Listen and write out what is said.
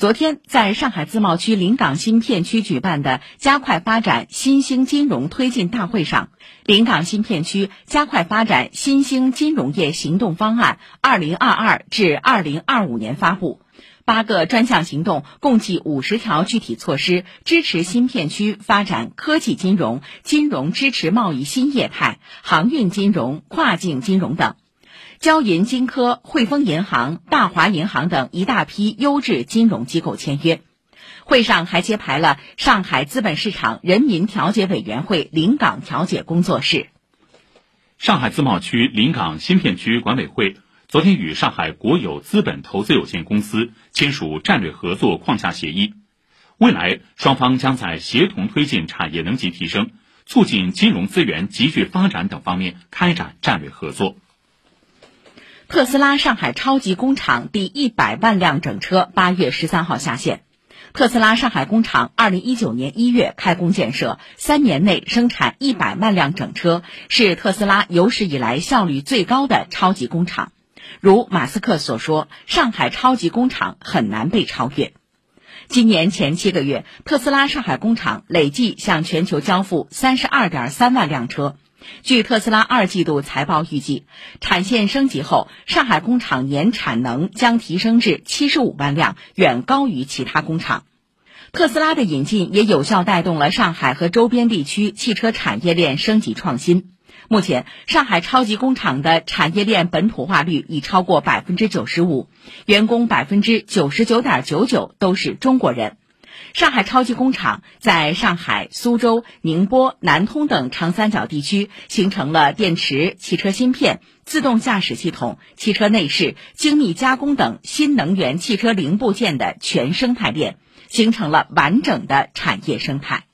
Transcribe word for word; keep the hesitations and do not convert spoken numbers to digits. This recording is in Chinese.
昨天，在上海自贸区临港新片区举办的加快发展新兴金融推进大会上，临港新片区加快发展新兴金融业行动方案二零二二至二零二五年发布，八个专项行动共计五十条具体措施，支持新片区发展科技金融、金融支持贸易新业态、航运金融、跨境金融等。交银、金科、汇丰银行、大华银行等一大批优质金融机构签约。会上还揭牌了上海资本市场人民调解委员会临港调解工作室。 上海自贸区临港新片区管委会昨天与上海国有资本投资有限公司签署战略合作框架协议，未来双方将在协同推进产业能级提升、促进金融资源集聚发展等方面开展战略合作。 特斯拉上海超级工厂第一百万辆整车八月十三号下线。特斯拉上海工厂二零一九年一月开工建设，三年内生产一百万辆整车，是特斯拉有史以来效率最高的超级工厂。如马斯克所说，上海超级工厂很难被超越。今年前七个月，特斯拉上海工厂累计向全球交付 三十二点三万辆车。据特斯拉二季度财报预计，产线升级后，上海工厂年产能将提升至七十五万辆，远高于其他工厂。特斯拉的引进也有效带动了上海和周边地区汽车产业链升级创新。目前，上海超级工厂的产业链本土化率已超过 百分之九十五， 员工 百分之九十九点九九 都是中国人。上海超级工厂在上海、苏州、宁波、南通等长三角地区形成了电池、汽车芯片、自动驾驶系统、汽车内饰、精密加工等新能源汽车零部件的全生态链，形成了完整的产业生态。